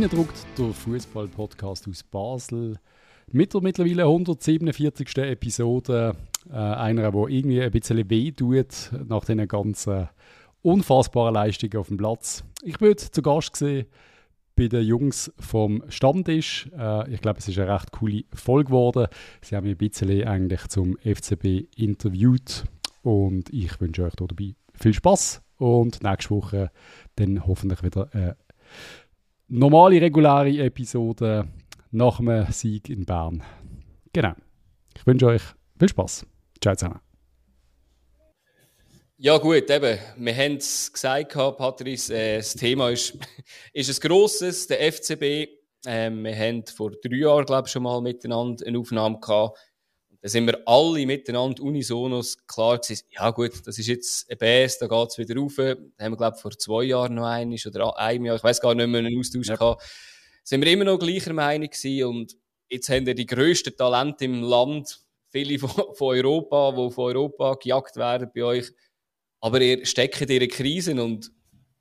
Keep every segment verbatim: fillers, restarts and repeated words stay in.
Reindruckt, der Fußball-Podcast aus Basel. Mit der mittlerweile hundertsiebenundvierzigsten Episode. Äh, einer, der irgendwie ein bisschen weh tut nach diesen ganzen unfassbaren Leistungen auf dem Platz. Ich bin heute zu Gast gewesen bei den Jungs vom Stammtisch. Äh, ich glaube, es ist eine recht coole Folge geworden. Sie haben mich ein bisschen eigentlich zum F C B interviewt und ich wünsche euch dabei viel Spaß und nächste Woche dann hoffentlich wieder eine normale, reguläre Episode nach einem Sieg in Bern. Genau. Ich wünsche euch viel Spaß. Ciao zusammen. Ja gut, eben, wir haben es gesagt, Patrice, äh, das Thema ist, ist ein grosses, der F C B. Ähm, wir haben vor drei Jahren, glaube ich, schon mal miteinander eine Aufnahme gehabt. Da sind wir alle miteinander unisonos klar gewesen, ja gut, das ist jetzt ein Bass, da geht es wieder rauf. Da haben wir, glaube ich, vor zwei Jahren noch einen oder einem Jahr, ich weiß gar nicht mehr, einen Austausch ja. gehabt. Sind wir immer noch gleicher Meinung gewesen und jetzt haben wir die grössten Talente im Land, viele von, von Europa, die von Europa gejagt werden bei euch. Aber ihr steckt in ihre Krisen und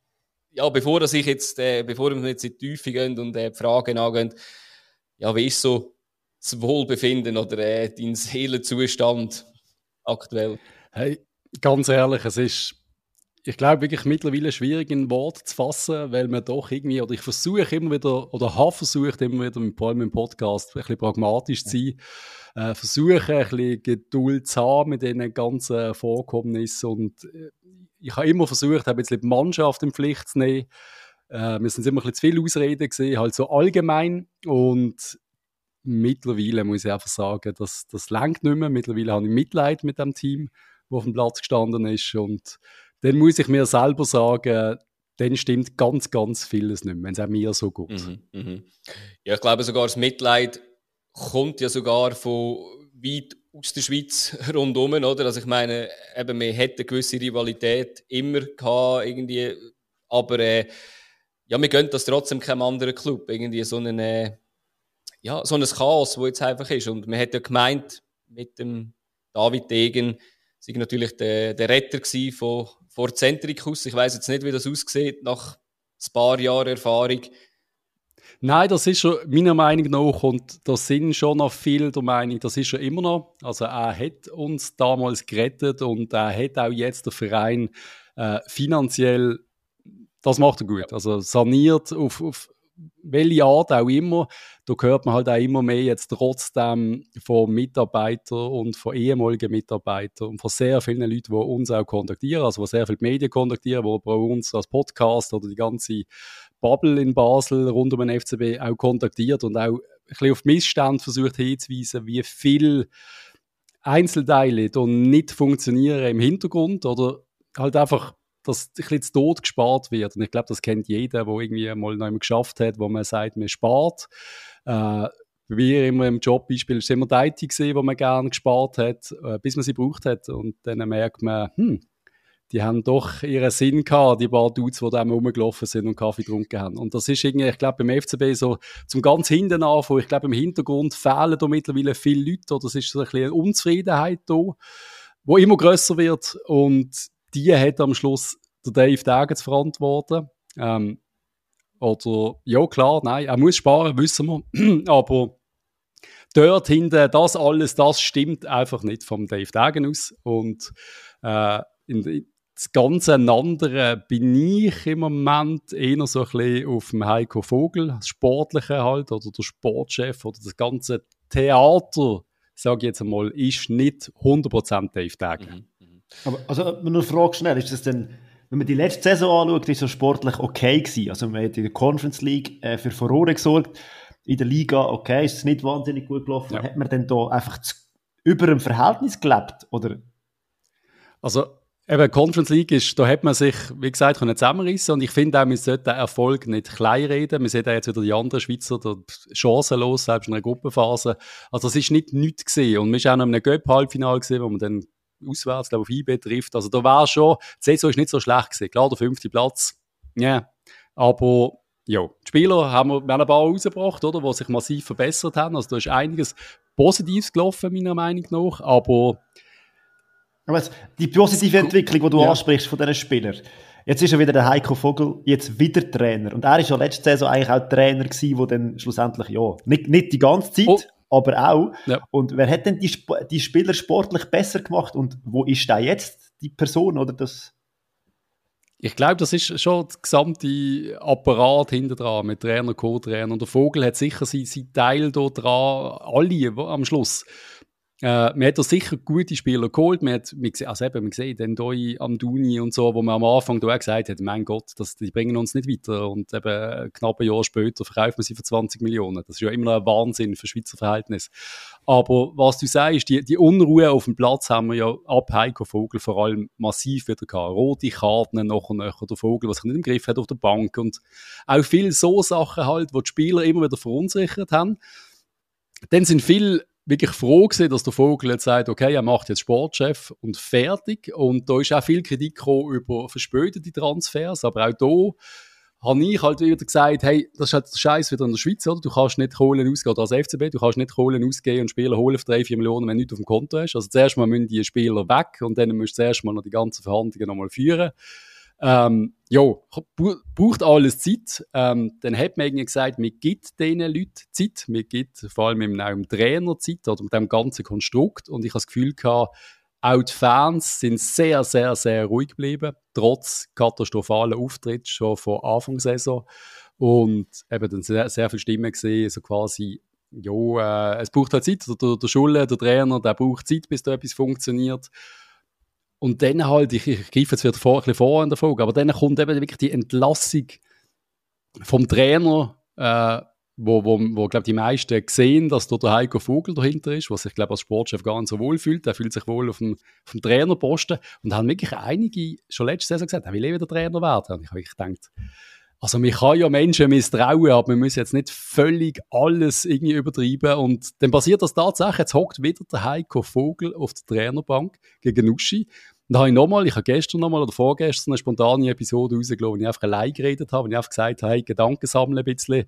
ja, bevor dass ich jetzt, äh, bevor wir jetzt in die Tiefe gehen und äh, die Fragen angehen, ja, wie ist so das Wohlbefinden oder äh, dein Seelenzustand aktuell? Hey, ganz ehrlich, es ist, ich glaube, wirklich mittlerweile schwierig in Worte zu fassen, weil man doch irgendwie, oder ich versuche immer wieder, oder habe versucht immer wieder, vor allem im Podcast, ein bisschen pragmatisch zu sein, äh, versuche ein bisschen Geduld zu haben mit diesen ganzen Vorkommnissen und äh, ich habe immer versucht, ein bisschen die Mannschaft in Pflicht zu nehmen. Äh, wir sind immer ein bisschen zu viel Ausreden gesehen, halt so allgemein und mittlerweile muss ich einfach sagen, das, das reicht nicht mehr. Mittlerweile habe ich Mitleid mit dem Team, das auf dem Platz gestanden ist. Und dann muss ich mir selber sagen, dann stimmt ganz, ganz vieles nicht mehr, wenn es auch mir so geht. Mhm, mhm. Ja, ich glaube sogar, das Mitleid kommt ja sogar von weit aus der Schweiz rundum, oder? Also ich meine, eben, wir hätten eine gewisse Rivalität immer gehabt, irgendwie, aber äh, ja, wir gönnen das trotzdem keinem anderen Club. Irgendwie so einen äh, ja, so ein Chaos, das jetzt einfach ist. Und man hat ja gemeint, mit dem David Degen, sei natürlich der, der Retter gewesen von, von Centricus. Ich weiss jetzt nicht, wie das aussieht nach ein paar Jahren Erfahrung. Nein, das ist schon meiner Meinung nach, und da sind schon noch viele der Meinung, das ist schon immer noch. Also er hat uns damals gerettet und er hat auch jetzt den Verein äh, finanziell, das macht er gut. Also saniert auf, auf welche Art auch immer, da hört man halt auch immer mehr jetzt trotzdem von Mitarbeitern und von ehemaligen Mitarbeitern und von sehr vielen Leuten, die uns auch kontaktieren, also die sehr viele Medien kontaktieren, die bei uns als Podcast oder die ganze Bubble in Basel rund um den F C B auch kontaktiert und auch ein bisschen auf Missstände versucht hinzuweisen, wie viele Einzelteile da nicht funktionieren im Hintergrund oder halt einfach dass ein bisschen zu Tod gespart wird. Und ich glaube, das kennt jeder, der irgendwie mal noch einmal geschafft hat, wo man sagt, man spart. Äh, wie immer im Jobbeispiel ist es immer die I T gesehen, wo man gerne gespart hat, äh, bis man sie gebraucht hat. Und dann merkt man, hm, die haben doch ihren Sinn gehabt, die paar Dudes, die da rumgelaufen sind und Kaffee getrunken haben. Und das ist irgendwie, ich glaube, beim F C B so zum ganz hinten anfangen. Ich glaube, im Hintergrund fehlen da mittlerweile viele Leute, oder es ist so ein bisschen eine Unzufriedenheit da, die immer grösser wird. Und die hat am Schluss der Dave Degen zu verantworten. Ähm, oder, ja klar, nein, er muss sparen, wissen wir. Aber dort hinten, das alles, das stimmt einfach nicht vom Dave Degen aus. Und äh, in, in das ganze andere bin ich im Moment eher so ein bisschen auf dem Heiko Vogel, das Sportliche halt, oder der Sportchef, oder das ganze Theater, sage ich jetzt einmal, ist nicht hundert Prozent Dave Degen. Mhm. Aber, also, nur eine Frage schnell, ist das denn, wenn man die letzte Saison anschaut, ist das sportlich okay gewesen? Also, man hat in der Conference League äh, für Furore gesorgt, in der Liga, okay, ist es nicht wahnsinnig gut gelaufen. Ja. Hat man denn da einfach zu, über ein Verhältnis gelebt, oder? Also, eben, Conference League ist, da hat man sich, wie gesagt, können zusammenrissen und ich finde auch, man sollte den Erfolg nicht kleinreden. Wir sehen auch jetzt wieder die anderen Schweizer, die chancenlos, selbst in einer Gruppenphase. Also, das ist nicht nichts gesehen und wir sind auch noch in einem Göpp-Halbfinale gesehen, wo man dann auswärts, glaube ich, auf I B trifft. Also da war schon, die Saison ist nicht so schlecht gewesen. Klar, der fünfte Platz, ja. Yeah. Aber, ja, die Spieler haben wir, wir haben ein paar rausgebracht, oder, die sich massiv verbessert haben. Also da ist einiges Positives gelaufen, meiner Meinung nach. Aber, aber die positive Entwicklung, die du ja. ansprichst von diesen Spielern, Jetzt ist ja wieder der Heiko Vogel jetzt wieder Trainer. Und er ist ja letzte Saison eigentlich auch Trainer gewesen, der dann schlussendlich, ja, nicht, nicht die ganze Zeit, oh. aber auch. Ja. Und wer hat denn die, Sp- die Spieler sportlich besser gemacht? Und wo ist da jetzt die Person oder das? Ich glaube, das ist schon das gesamte Apparat hinter dran mit Trainer, Co-Trainer. Und der Vogel hat sicher seinen, seinen Teil da dran, alle am Schluss. Äh, man hat da sicher gute Spieler geholt. Man hat, man, also eben, man sieht den Doi am Duni und so, wo man am Anfang da auch gesagt hat, mein Gott, das, die bringen uns nicht weiter. Und eben knapp ein Jahr später verkauft man sie für zwanzig Millionen. Das ist ja immer noch ein Wahnsinn für Schweizer Verhältnisse. Aber was du sagst, die, die Unruhe auf dem Platz haben wir ja ab Heiko Vogel vor allem massiv wieder gehabt. Rote Karten noch und noch. Der Vogel, was sich nicht im Griff hat auf der Bank. Und auch viel so Sachen halt, wo die Spieler immer wieder verunsichert haben. Dann sind viele wirklich froh gewesen, dass der Vogel jetzt sagt, okay, er macht jetzt Sportchef und fertig. Und da ist auch viel Kritik gekommen über verspätete Transfers, aber auch da habe ich halt wieder gesagt, hey, das ist halt der Scheiß wieder in der Schweiz, oder? Du kannst nicht Kohlen ausgeben, oder als F C B, du kannst nicht Kohlen ausgeben und Spieler holen für drei, vier Millionen, wenn du nichts auf dem Konto hast. Also zuerst mal müssen die Spieler weg und dann musst du zuerst mal noch die ganzen Verhandlungen nochmal führen. Ähm, ja, braucht alles Zeit. Ähm, dann hat man irgendwie gesagt, man gibt diesen Leuten Zeit. Man gibt vor allem im, auch im Trainer Zeit oder mit dem ganzen Konstrukt. Und ich habe das Gefühl gehabt, auch die Fans sind sehr, sehr, sehr ruhig geblieben, trotz katastrophalen Auftritt schon von Anfang der Saison. Und eben dann sehr, sehr viele Stimmen gesehen, so quasi, ja, äh, es braucht halt Zeit. Der, der Schulle, der Trainer, der braucht Zeit, bis da etwas funktioniert. Und dann halt, ich, ich greife jetzt wieder vor, ein bisschen vor in der Folge, aber dann kommt eben wirklich die Entlassung vom Trainer, äh, wo, wo, wo glaube die meisten sehen, dass da der Heiko Vogel dahinter ist, was sich, glaube als Sportchef gar nicht so wohl fühlt. Er fühlt sich wohl auf dem, auf dem Trainerposten. Und haben wirklich einige schon letzte Saison gesagt, er will eh wieder Trainer werden. Und ich habe wirklich gedacht, also man kann ja Menschen misstrauen, aber wir müssen jetzt nicht völlig alles irgendwie übertreiben. Und dann passiert das tatsächlich, jetzt hockt wieder der Heiko Vogel auf der Trainerbank gegen Uschi. Und da habe ich nochmal, ich habe gestern nochmal oder vorgestern eine spontane Episode rausgelassen, wo ich einfach allein geredet habe, wo ich einfach gesagt habe, hey, Gedanken sammeln ein bisschen.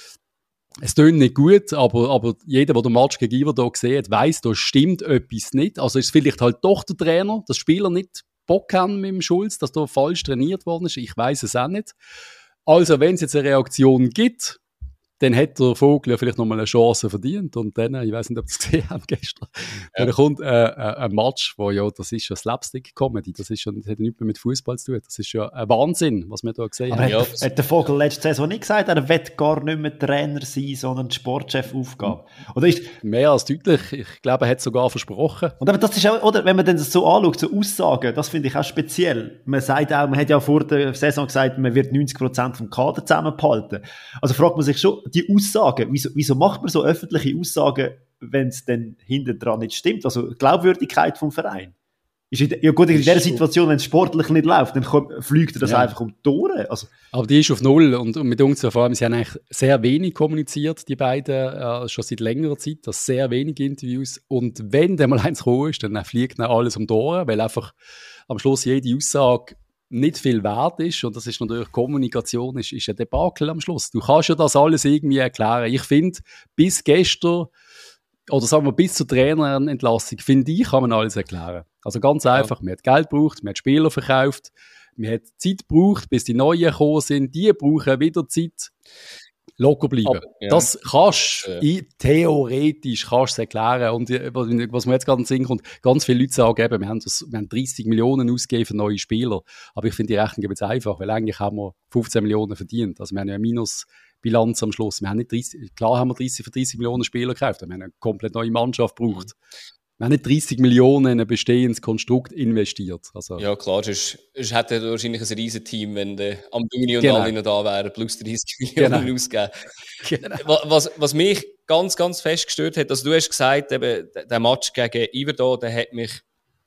Es tönt nicht gut, aber, aber jeder, der den Match gegen Iverdog sieht, weiss, da stimmt etwas nicht. Also ist es vielleicht halt doch der Trainer, dass Spieler nicht Bock haben mit dem Schulz, dass da falsch trainiert worden ist. Ich weiss es auch nicht. Also, wenn es jetzt eine Reaktion gibt, dann hat der Vogel ja vielleicht nochmal eine Chance verdient. Und dann, ich weiss nicht, ob ihr es gesehen habt gestern, ja. Dann kommt äh, äh, ein Match, wo ja, das ist ja Slapstick-Comedy, das, ist ja, das hat nichts mehr mit Fußball zu tun. Das ist ja ein Wahnsinn, was wir da gesehen Aber haben. Aber hat, hat der Vogel letzte Saison nicht gesagt, er will gar nicht mehr Trainer sein, sondern Sportchef-Aufgabe? Oder ist mehr als deutlich. Ich glaube, er hat es sogar versprochen. Und aber das ist auch, oder, wenn man das so anschaut, so Aussagen, das finde ich auch speziell. Man sagt auch, man hat ja vor der Saison gesagt, man wird neunzig Prozent vom Kader zusammenbehalten. Also fragt man sich schon, die Aussagen, wieso, wieso macht man so öffentliche Aussagen, wenn es dann hinten dran nicht stimmt? Also Glaubwürdigkeit vom Verein. Ist in, ja gut, in dieser Situation, wenn es sportlich nicht läuft, dann kommt, fliegt das ja einfach um die Ohren. Also. Aber die ist auf Null und, und mit uns vor allem, sie haben eigentlich sehr wenig kommuniziert, die beiden, äh, schon seit längerer Zeit, das sehr wenig Interviews. Und wenn dann mal eins gekommen ist, dann fliegt dann alles um die Ohren, weil einfach am Schluss jede Aussage nicht viel wert ist. Und das ist natürlich, Kommunikation ist, ist ein Debakel am Schluss. Du kannst ja das alles irgendwie erklären. Ich finde, bis gestern, oder sagen wir bis zur Trainerentlassung, finde ich, kann man alles erklären. Also ganz einfach, ja. Man hat Geld gebraucht, man hat Spieler verkauft, man hat Zeit gebraucht, bis die Neuen gekommen sind, die brauchen wieder Zeit. Locker bleiben. Aber, ja. Das kannst du, ja. theoretisch kannst du erklären. Und was mir jetzt gerade in den Sinn kommt, ganz viele Leute sagen eben, wir haben, das, wir haben dreissig Millionen ausgegeben für neue Spieler. Aber ich finde, die Rechnung jetzt einfach, weil eigentlich haben wir fünfzehn Millionen verdient. Also wir haben ja eine Minusbilanz am Schluss. Wir haben nicht dreißig, klar haben wir dreißig für dreißig Millionen Spieler gekauft, wir haben eine komplett neue Mannschaft gebraucht. Mhm. Wir haben nicht dreißig Millionen in ein bestehendes Konstrukt investiert. Also. Ja, klar, es hätte wahrscheinlich ein riesen Team, wenn der Amduni und genau. alle noch da wären, plus dreißig Millionen genau. ausgeben. Genau. Was, was mich ganz, ganz fest gestört hat, also du hast gesagt, eben, der Match gegen Iverdon, der hat mich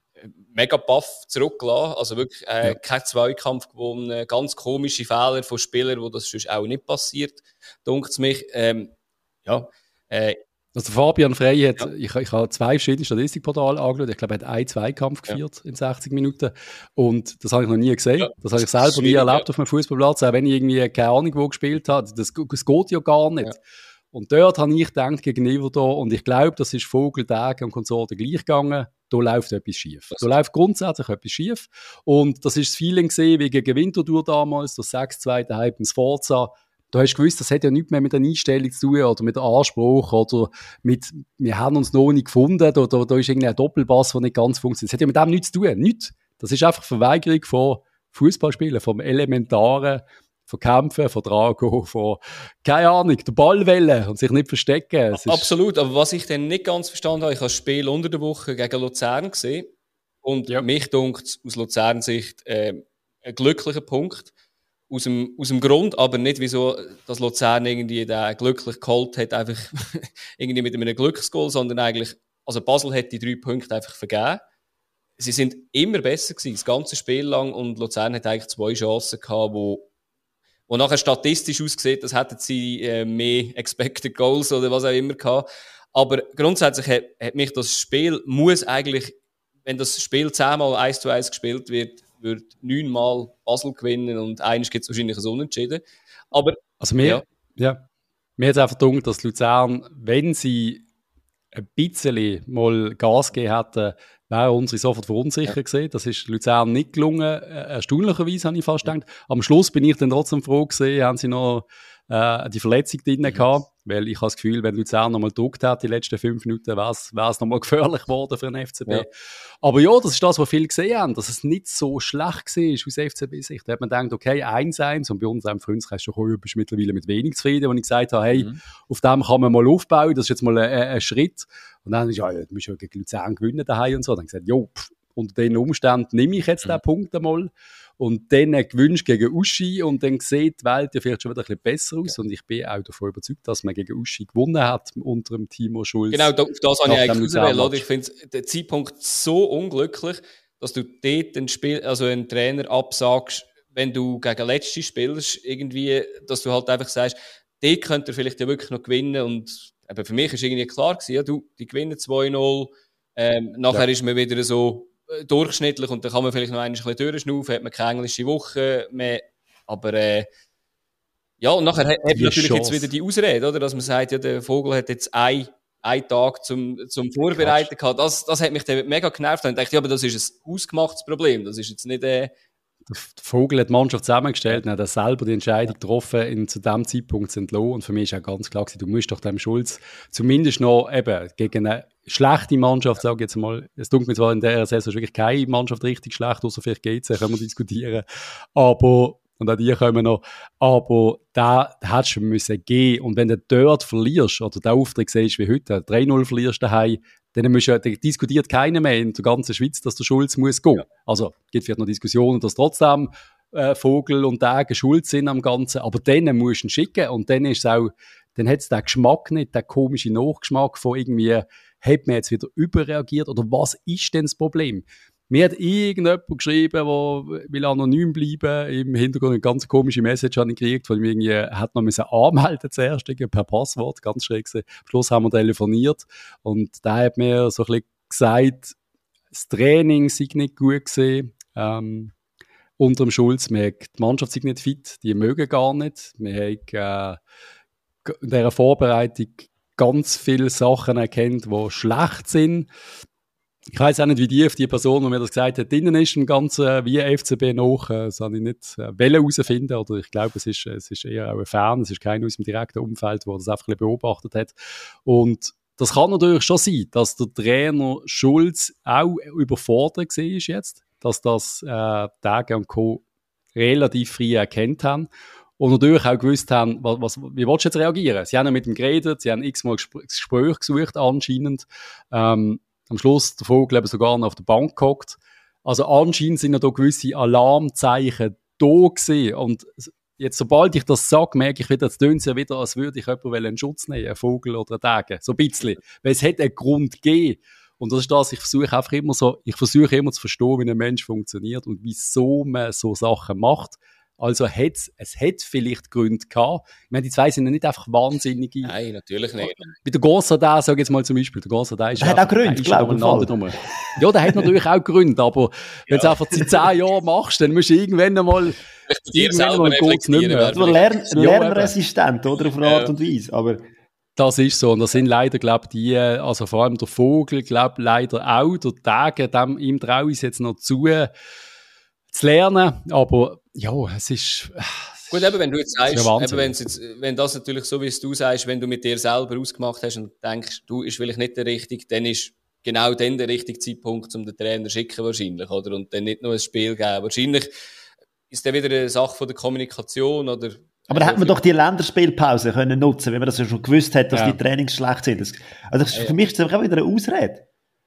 mega baff zurückgelassen. Also wirklich äh, ja. kein Zweikampf gewonnen, ganz komische Fehler von Spielern, wo das sonst auch nicht passiert, dunkt es mich. Ähm, ja, äh, Also Fabian Frey hat, ja. ich, ich habe zwei verschiedene Statistikportale angeschaut, ich glaube, er hat einen Zweikampf geführt ja. in sechzig Minuten und das habe ich noch nie gesehen, ja. das habe ich selber nie erlebt ja. auf einem Fußballplatz, auch wenn ich irgendwie keine Ahnung wo gespielt habe, das, das geht ja gar nicht. Ja. Und dort habe ich gedacht, gegen Iverdon, und ich glaube, das ist Vogel, Degen und Konsorten gleich gegangen, da läuft etwas schief. Da läuft grundsätzlich etwas schief. Und das ist das Feeling gesehen, wie gegen Winterthur damals, das sechs zwei daheim im Sforza. Da hast du gewusst, das hat ja nichts mehr mit der Einstellung zu tun oder mit dem Anspruch oder mit, wir haben uns noch nicht gefunden, da, da, da ist irgendwie ein Doppelpass, der nicht ganz funktioniert. Das hat ja mit dem nichts zu tun. Nichts. Das ist einfach Verweigerung von Fußballspielen, vom Elementaren, von Kämpfen, von Drago, von, keine Ahnung, der Ball wählen und sich nicht verstecken. Es Absolut, aber was ich dann nicht ganz verstanden habe, ich habe das Spiel unter der Woche gegen Luzern gesehen und ja. mich dunkt aus Luzerns Sicht äh, ein glücklicher Punkt. Aus dem, aus dem Grund, aber nicht wieso, dass Luzern irgendwie den glücklich geholt hat, einfach irgendwie mit einem Glücksgoal, sondern eigentlich, also Basel hat die drei Punkte einfach vergeben. Sie sind immer besser gewesen, das ganze Spiel lang, und Luzern hat eigentlich zwei Chancen gehabt, wo, wo nachher statistisch aussieht, als hätten sie äh, mehr Expected Goals oder was auch immer gehabt. Aber grundsätzlich hat, hat mich das Spiel, muss eigentlich, wenn das Spiel zehnmal eins zu eins gespielt wird, wird neunmal Basel gewinnen und eines gibt es wahrscheinlich ein Unentschieden. Aber, also mir, ja. Ja, mir hat es einfach gedacht, dass Luzern, wenn sie ein bisschen mal Gas gegeben hätten, wären unsere sofort verunsichert ja. gewesen. Das ist Luzern nicht gelungen. Erstaunlicherweise habe ich fast ja. gedacht. Am Schluss bin ich dann trotzdem froh gewesen, haben sie noch äh, die Verletzung drin mhm. gehabt. Weil ich habe das Gefühl, wenn Luzern noch mal gedruckt hat, die letzten fünf Minuten, wäre es noch mal gefährlich geworden für den F C B. Ja. Aber ja, das ist das, was viele gesehen haben, dass es nicht so schlecht war aus F C B-Sicht. Da hat man gedacht, okay, eins eins, und bei uns im Freundeskreis schon gekommen, bist mittlerweile mit wenig zufrieden, wo ich gesagt habe, hey, mhm. auf dem kann man mal aufbauen, das ist jetzt mal ein, ein Schritt. Und dann ist ja, du musst ja gegen Luzern gewinnen daheim und so. Dann habe ich gesagt, jo, pff, unter den Umständen nehme ich jetzt mhm. den Punkt einmal. Und dann gewünscht gegen Uschi, und dann sieht die Welt ja vielleicht schon wieder ein bisschen besser aus. Ja. Und ich bin auch davon überzeugt, dass man gegen Uschi gewonnen hat unter dem Timo Schulz. Genau, auf das habe ich eigentlich ausgewählt. Ich finde den Zeitpunkt so unglücklich, dass du dort einen, Spiel, also einen Trainer absagst, wenn du gegen Letzte spielst, irgendwie, dass du halt einfach sagst, dort könnt ihr vielleicht ja wirklich noch gewinnen. Und eben für mich war irgendwie klar gewesen, ja, du, die gewinnen zwei null. Ähm, nachher ja. ist man wieder so durchschnittlich und dann kann man vielleicht noch ein bisschen durchschnaufen, hat man keine englische Woche mehr, aber äh, ja, und nachher hat man natürlich Chance. Jetzt wieder die Ausrede, oder, dass man sagt, ja, der Vogel hat jetzt ein, einen Tag zum, zum Vorbereiten gehabt, das, das hat mich dann mega genervt und ich dachte, ja, aber das ist ein ausgemachtes Problem, das ist jetzt nicht... Äh, Der Vogel hat die Mannschaft zusammengestellt und hat selber die Entscheidung getroffen, ihn zu diesem Zeitpunkt zu entlassen. Und für mich ist auch ganz klar gewesen, du musst doch dem Schulz zumindest noch eben gegen eine schlechte Mannschaft, sage ich jetzt mal, es tut mir zwar in dieser Saison wirklich keine Mannschaft richtig schlecht, außer vielleicht G C, können wir diskutieren, aber, und auch die kommen noch, aber da hättest du müssen gehen. Und wenn du dort verlierst, oder den Auftritt siehst wie heute, drei null verlierst daheim, dann, musst du, dann diskutiert keiner mehr in der ganzen Schweiz, dass der Schulz muss gehen. Ja. Also, es gibt vielleicht noch Diskussionen, dass trotzdem äh, Vogel und Tage schuld sind am Ganzen, aber dann musst du ihn schicken und dann ist es auch, dann hat es den Geschmack nicht, den komischen Nachgeschmack von irgendwie, hat man jetzt wieder überreagiert oder was ist denn das Problem? Mir hat irgendjemand geschrieben, der will anonym bleiben, im Hintergrund eine ganz komische Message habe ich gekriegt, weil ich irgendwie hat noch müssen anmelden zuerst, per Passwort, ganz schräg gewesen. Am Schluss haben wir telefoniert und der hat mir so ein bisschen gesagt, das Training sei nicht gut gewesen, ähm, unter dem Schulz, wir haben, die Mannschaft sei nicht fit, die mögen gar nicht, wir haben äh, in dieser Vorbereitung ganz viele Sachen erkannt, die schlecht sind. Ich weiss auch nicht, wie die, die Person, die mir das gesagt hat, drinnen ist im Ganzen, wie F C B noch, das habe ich nicht herausfinden oder ich glaube, es ist, es ist eher auch ein Fan, es ist keiner aus dem direkten Umfeld, der das einfach ein bisschen beobachtet hat. Und das kann natürlich schon sein, dass der Trainer Schulz auch überfordert war jetzt, dass das äh, Tage und Co. relativ früh erkannt haben. Und natürlich auch gewusst haben, was, was, wie willst du jetzt reagieren? Sie haben ja mit ihm geredet, sie haben x-mal Gespräche gesucht anscheinend. Ähm, am Schluss der Vogel eben sogar noch auf der Bank gehockt. Also anscheinend sind ja da gewisse Alarmzeichen da gewesen. Und jetzt, sobald ich das sage, merke ich wieder, jetzt tönt es ja wieder, als würde ich jemanden in Schutz nehmen, einen Vogel oder einen Tage. So ein bisschen. Weil es hat einen Grund gegeben. Und das ist das, ich versuche einfach immer so, ich versuche immer zu verstehen, wie ein Mensch funktioniert und wieso man so Sachen macht. Also hat's, es hat vielleicht Gründe gehabt. Ich meine, die zwei sind ja nicht einfach wahnsinnige. Nein, natürlich nicht. Bei der Gonzadin, sag ich jetzt mal zum Beispiel, der Gonzadin ist der hat auch Gründe, glaube ich. Ja, der hat natürlich auch Gründe, aber wenn du ja. einfach seit zehn Jahren machst, dann musst du irgendwann einmal, irgendwann einmal geht's nicht mehr. Du lern, lernresistent, oder, auf eine Art und Weise, aber Das ist so. Und das sind leider, glaube ich, die, also vor allem der Vogel, glaube leider auch, der Tage, dem, ihm traue ich es jetzt noch zu, zu lernen. Aber ja, es ist... Gut, eben, wenn du jetzt sagst, eben, wenn's jetzt, wenn das natürlich so, wie es du sagst, wenn du mit dir selber ausgemacht hast und denkst, du ist vielleicht nicht der Richtige, dann ist genau dann der richtige Zeitpunkt, um den Trainer zu schicken wahrscheinlich, oder? Und dann nicht nur ein Spiel geben. Wahrscheinlich ist dann wieder eine Sache von der Kommunikation, oder... Aber da hätte man doch die Länderspielpause können nutzen, wenn man das ja schon gewusst hat, dass ja. die Trainings schlecht sind. Das, also das, für ja. mich ist das auch wieder eine Ausrede.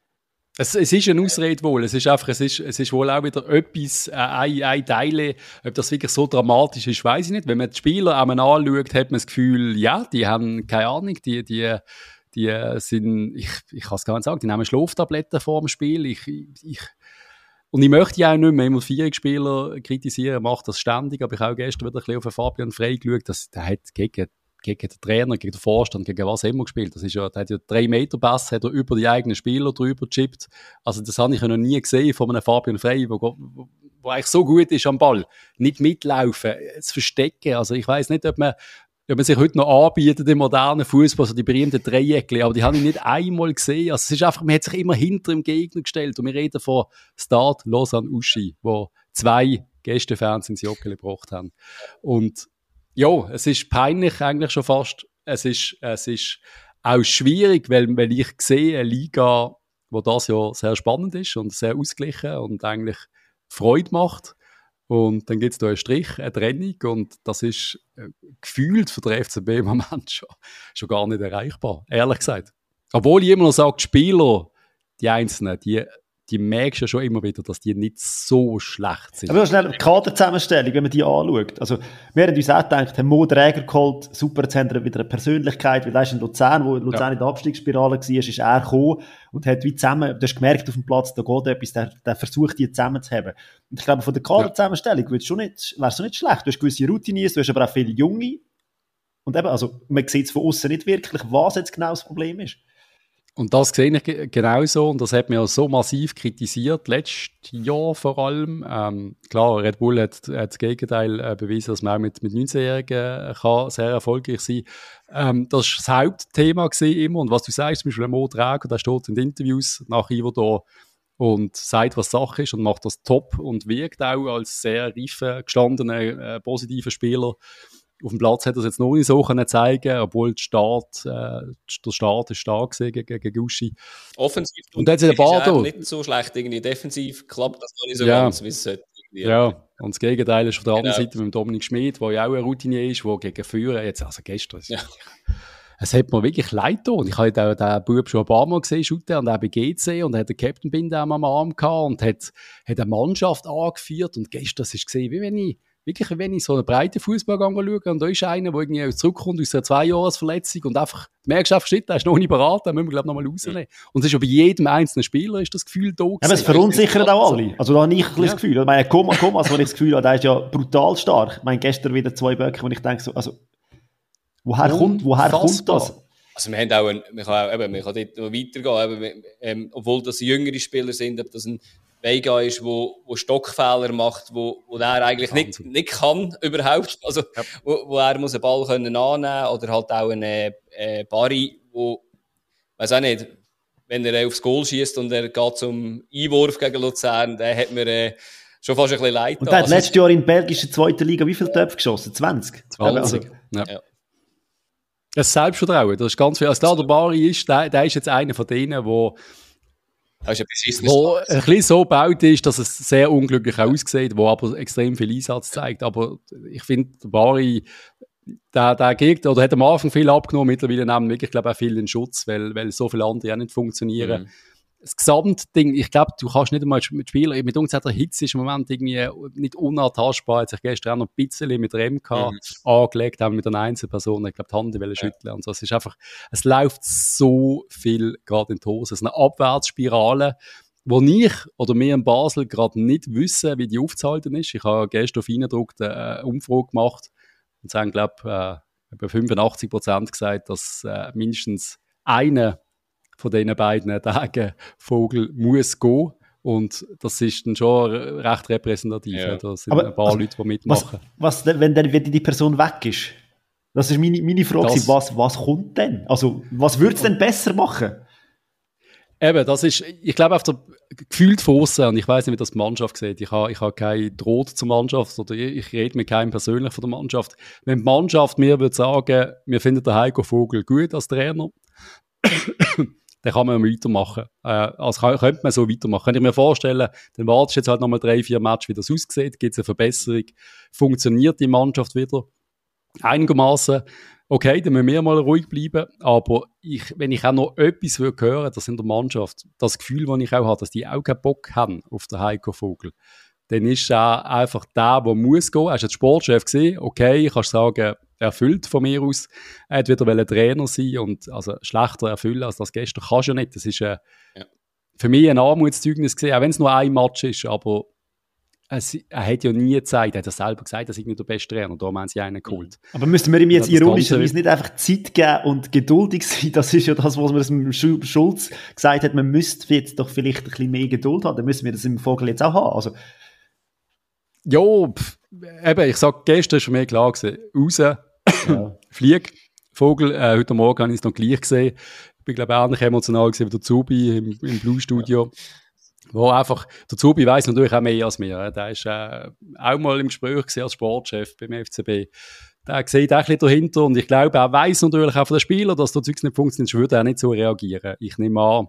Es, es ist eine Ausrede wohl. Es ist einfach, es ist, es ist wohl auch wieder etwas, äh, ein, ein Teil, ob das wirklich so dramatisch ist, weiss ich nicht. Wenn man die Spieler einmal anschaut, hat man das Gefühl, ja, die haben keine Ahnung, die, die, die sind, ich, ich kann es gar nicht sagen, die nehmen Schlaftabletten vor dem Spiel. Ich, ich, Und ich möchte ja auch nicht mehr immer Vierungsspieler kritisieren, macht das ständig, aber ich habe auch gestern wieder ein bisschen auf den Fabian Frey geschaut, dass der hat gegen, gegen den Trainer, gegen den Vorstand, gegen was immer gespielt. Das ist ja, der hat ja drei Meter Pass, hat er über die eigenen Spieler drüber gechippt. Also das habe ich ja noch nie gesehen von einem Fabian Frey, wo, wo, wo eigentlich so gut ist am Ball. Nicht mitlaufen, zu verstecken. Also ich weiss nicht, ob man Wenn man sich heute noch anbietet im modernen Fußball, so die berühmten Dreieckli, aber die habe ich nicht einmal gesehen. Also es ist einfach, man hat sich immer hinter dem Gegner gestellt. Und wir reden von Stade Lausanne Uschi, wo zwei Gästefans ins Joggeli gebracht haben. Und ja, es ist peinlich eigentlich schon fast. Es ist, es ist auch schwierig, weil, weil ich sehe eine Liga, wo das ja sehr spannend ist und sehr ausgeglichen und eigentlich Freude macht. Und dann gibt es da einen Strich, eine Trennung und das ist äh, gefühlt für den F C B im Moment schon, schon gar nicht erreichbar, ehrlich gesagt. Obwohl ich immer noch sage, die Spieler, die Einzelnen, die, die merkst ja schon immer wieder, dass die nicht so schlecht sind. Aber noch schnell, die Kaderzusammenstellung, wenn man die anschaut. Also, wir haben uns auch gedacht, haben Mo Dräger geholt, super, jetzt haben wir wieder eine Persönlichkeit, weil er ist in Luzern, wo Luzern ja. in der Abstiegsspirale war, ist er gekommen und hat wie zusammen, du hast gemerkt auf dem Platz, da geht etwas, der, der versucht, die zusammenzuheben. Und ich glaube, von der Kaderzusammenstellung wäre es schon nicht, wär's schon nicht schlecht. Du hast gewisse Routiniers, du hast aber auch viele Junge. Und eben, also, man sieht es von außen nicht wirklich, was jetzt genau das Problem ist. Und das sehe ich genauso und das hat mir so massiv kritisiert, letztes Jahr vor allem. Ähm, klar, Red Bull hat, hat das Gegenteil äh, bewiesen, dass man auch mit, mit neunzehnjährigen kann sehr erfolgreich sein kann. Ähm, das war das Hauptthema gewesen immer und was du sagst, zum Beispiel Mo Dräger, der steht in den Interviews nach Iverdor und sagt, was Sache ist und macht das top und wirkt auch als sehr reifer, gestandener, äh, positiver Spieler. Auf dem Platz hat er es jetzt noch nicht so können zeigen, obwohl der Start, äh, der Start ist stark gegen, gegen Uschi. Offensiv und dann ist er nicht so schlecht, irgendwie defensiv klappt das noch nicht so ja. ganz, wie es sollte. Ja, und das Gegenteil ist auf der anderen genau. Seite mit dem Dominik Schmid, der ja auch ein Routinier ist, der gegen Führer, jetzt, also gestern, ja. es hat mir wirklich leid getan. Ich habe den, den Bub schon ein paar Mal gesehen, shooten, und auch bei G C, und er hat den Captain-Binde am Arm gehabt und hat, hat eine Mannschaft angeführt, und gestern ist es gesehen, wie wenn ich Wirklich, wenn ich so einen breiten Fußball schaue, und da ist einer, der irgendwie zurückkommt aus einer Zwei-Jahres-Verletzung und einfach, du merkst einfach, shit, der ist noch nicht beraten, den müssen wir, glaube ich, noch mal rausnehmen. Und es ist ja bei jedem einzelnen Spieler ist das Gefühl da gewesen. Aber es verunsichert auch alle. Also da habe ich ein bisschen ja. das Gefühl. Ich meine, Thomas, Thomas, wo ich das Gefühl habe, der ist ja brutal stark. Ich meine, gestern wieder zwei Böcke, wo ich denke so, also, woher kommt, woher kommt das? Also wir haben auch, ein, man kann auch, eben, man kann dort noch weitergehen, eben, ähm, obwohl das jüngere Spieler sind, ob das ein Vega ist, wo, wo Stockfehler macht, wo, wo er eigentlich nicht, nicht kann überhaupt, also ja. wo, wo er muss einen Ball können annehmen oder halt auch einen äh, Barry, wo, weiß auch nicht, wenn er aufs Goal schießt und er geht zum Einwurf gegen Luzern, dann hat mir äh, schon fast ein bisschen leid. Und der hat also, letztes Jahr in der belgischen zweiten Liga wie viele Töpfe geschossen? zwanzig? zwanzig. Ja. Ja. Das Selbstvertrauen, das ist ganz viel. Also der Barry ist, der, der ist jetzt einer von denen, wo Das ist wo ein bisschen so gebaut ist, dass es sehr unglücklich aussieht, wo aber extrem viel Einsatz zeigt. Aber ich finde, der Bari, der, der geht, oder hat am Anfang viel abgenommen, mittlerweile nehmen wirklich, glaube ich, auch viel in Schutz, weil, weil so viele andere auch nicht funktionieren. Mhm. Das Gesamtding, ich glaube, du kannst nicht einmal mit Spielern, mit uns hat der Hitze ist im Moment irgendwie nicht unantastbar, hat sich gestern auch noch ein bisschen mit der M K mhm. angelegt, haben mit einer Einzelperson, ich glaube, die Hand wollen schütteln ja. und so. Es ist einfach, es läuft so viel gerade in die Hose. Es ist eine Abwärtsspirale, wo ich oder wir in Basel gerade nicht wissen, wie die aufzuhalten ist. Ich habe gestern auf Eindruck eine Umfrage gemacht und sie haben, glaube ich, über fünfundachtzig Prozent gesagt, dass äh, mindestens eine von diesen beiden Tagen Vogel muss gehen. Und das ist dann schon recht repräsentativ. Ja. Da sind aber, ein paar also, Leute, die mitmachen. Was, was wenn dann wenn die Person weg ist? Das ist meine, meine Frage, Das- was, was kommt denn? Also, was würde es denn besser machen? Eben, das ist, ich glaube, auf der gefühlt von aussen, und ich weiß nicht, wie das die Mannschaft sieht. Ich habe, ich habe keinen Draht zur Mannschaft oder ich, ich rede mit keinem persönlich von der Mannschaft. Wenn die Mannschaft mir würde sagen, wir finden den Heiko Vogel gut als Trainer, dann kann man weitermachen. Äh, also kann, könnte man so weitermachen. Könnte ich mir vorstellen, dann wartest du jetzt halt nochmal drei, vier Matches, wie das aussieht, gibt es eine Verbesserung, funktioniert die Mannschaft wieder einigermaßen. Okay, dann müssen wir mal ruhig bleiben, aber ich, wenn ich auch noch etwas hören würde, das in der Mannschaft, das Gefühl, das ich auch habe, dass die auch keinen Bock haben auf den Heiko Vogel, dann ist er einfach der, der muss gehen. Er ist jetzt Sportchef gesehen, okay, ich kann sagen, erfüllt von mir aus. Er hat wieder wollen Trainer sein und also schlechter erfüllen als das gestern kannst du nicht. Das ist äh, Ja. für mich ein Armutszeugnis gesehen, auch wenn es nur ein Match ist, aber es, er hat ja nie gezeigt, er hat ja selber gesagt, er sei nicht der beste Trainer, darum haben sie einen geholt. Aber müssten wir ihm jetzt Ja, das ironischerweise Ganze- nicht einfach Zeit geben und geduldig sein? Das ist ja das, was man dem Schu- Schulz gesagt hat, man müsste jetzt doch vielleicht ein bisschen mehr Geduld haben. Dann müssen wir das im Vogel jetzt auch haben. Also, Ja, pff, eben, ich sag, gestern ist für mich klar gewesen, raus, ja. flieg, Vogel, äh, heute Morgen habe ich es noch gleich gesehen. Ich bin, glaube ich, ähnlich emotional gewesen wie der Zubi im, im Blue-Studio. Wo einfach, der Zubi weiss natürlich auch mehr als mir. Der ist äh, auch mal im Gespräch gewesen als Sportchef beim F C B. Der sieht auch ein bisschen dahinter und ich glaube, er weiss natürlich auch von den Spielern, dass der Zeugs nicht funktioniert, sonst würde er nicht so reagieren. Ich nehme an.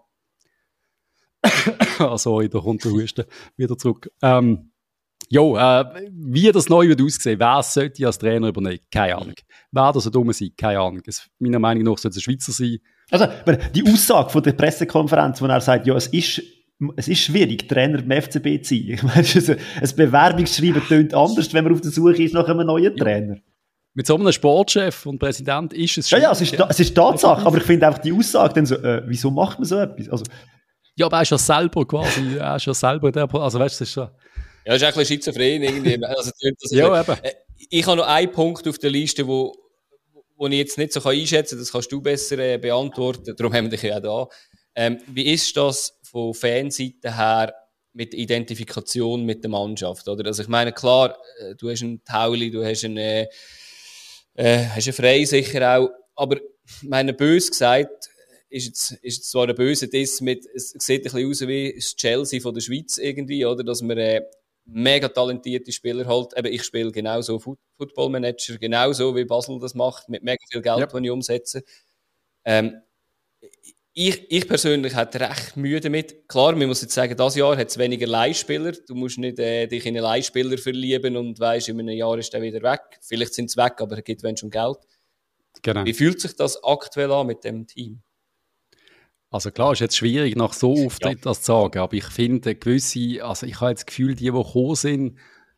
Ah, sorry, da kommt der Husten wieder zurück. Ähm, Jo, äh, wie das neu wird aussehen, wer sollte als Trainer übernehmen? Keine Ahnung. Wer das so dumm sein? Keine Ahnung. Es, meiner Meinung nach sollte es ein Schweizer sein. Also, aber die Aussage von der Pressekonferenz, wo er sagt, ja, es ist, es ist schwierig, Trainer beim F C B zu sein. Ich meine, es ist ein, ein Bewerbungsschreiben tönt anders, wenn man auf der Suche ist nach einem neuen Trainer. Mit so einem Sportchef und Präsident ist es Ja, schwierig. ja, es ist, es ist Tatsache, aber ich finde einfach die Aussage dann so, äh, wieso macht man so etwas? Also, Ja, aber er ist ja selber quasi, er ist ja selber der, also weißt du, das ist so. Ja, ist ein bisschen schizophren irgendwie. Also, das Ja, eben. Ich habe noch einen Punkt auf der Liste, wo, wo ich jetzt nicht so einschätzen kann, das kannst du besser äh, beantworten, darum haben wir dich ja auch da. Ähm, wie ist das von Fanseite her mit Identifikation mit der Mannschaft? Oder? Also ich meine, klar, äh, du hast einen Tauli, du hast einen, äh, äh, hast einen Frey sicher auch, aber meine bös gesagt, ist jetzt, ist jetzt zwar ein böser Diss mit, es sieht ein bisschen aus wie das Chelsea von der Schweiz irgendwie, oder? Dass man äh, mega talentierte Spieler halt, eben ich spiele genauso Foot- Football Manager, genauso wie Basel das macht, mit mega viel Geld, Yep. das ich umsetze. Ähm, ich, ich persönlich hätte recht Mühe damit. Klar, man muss jetzt sagen, dieses Jahr hat es weniger Leihspieler. Du musst nicht äh, dich in einen Leihspieler verlieben und weisst, in einem Jahr ist der wieder weg. Vielleicht sind sie weg, aber er gibt wenn schon Geld. Genau. Wie fühlt sich das aktuell an mit dem Team? Also klar, ist jetzt schwierig, nach so Auftritt ja. das zu sagen, aber ich finde gewisse, also ich habe jetzt das Gefühl, die, die gekommen sind,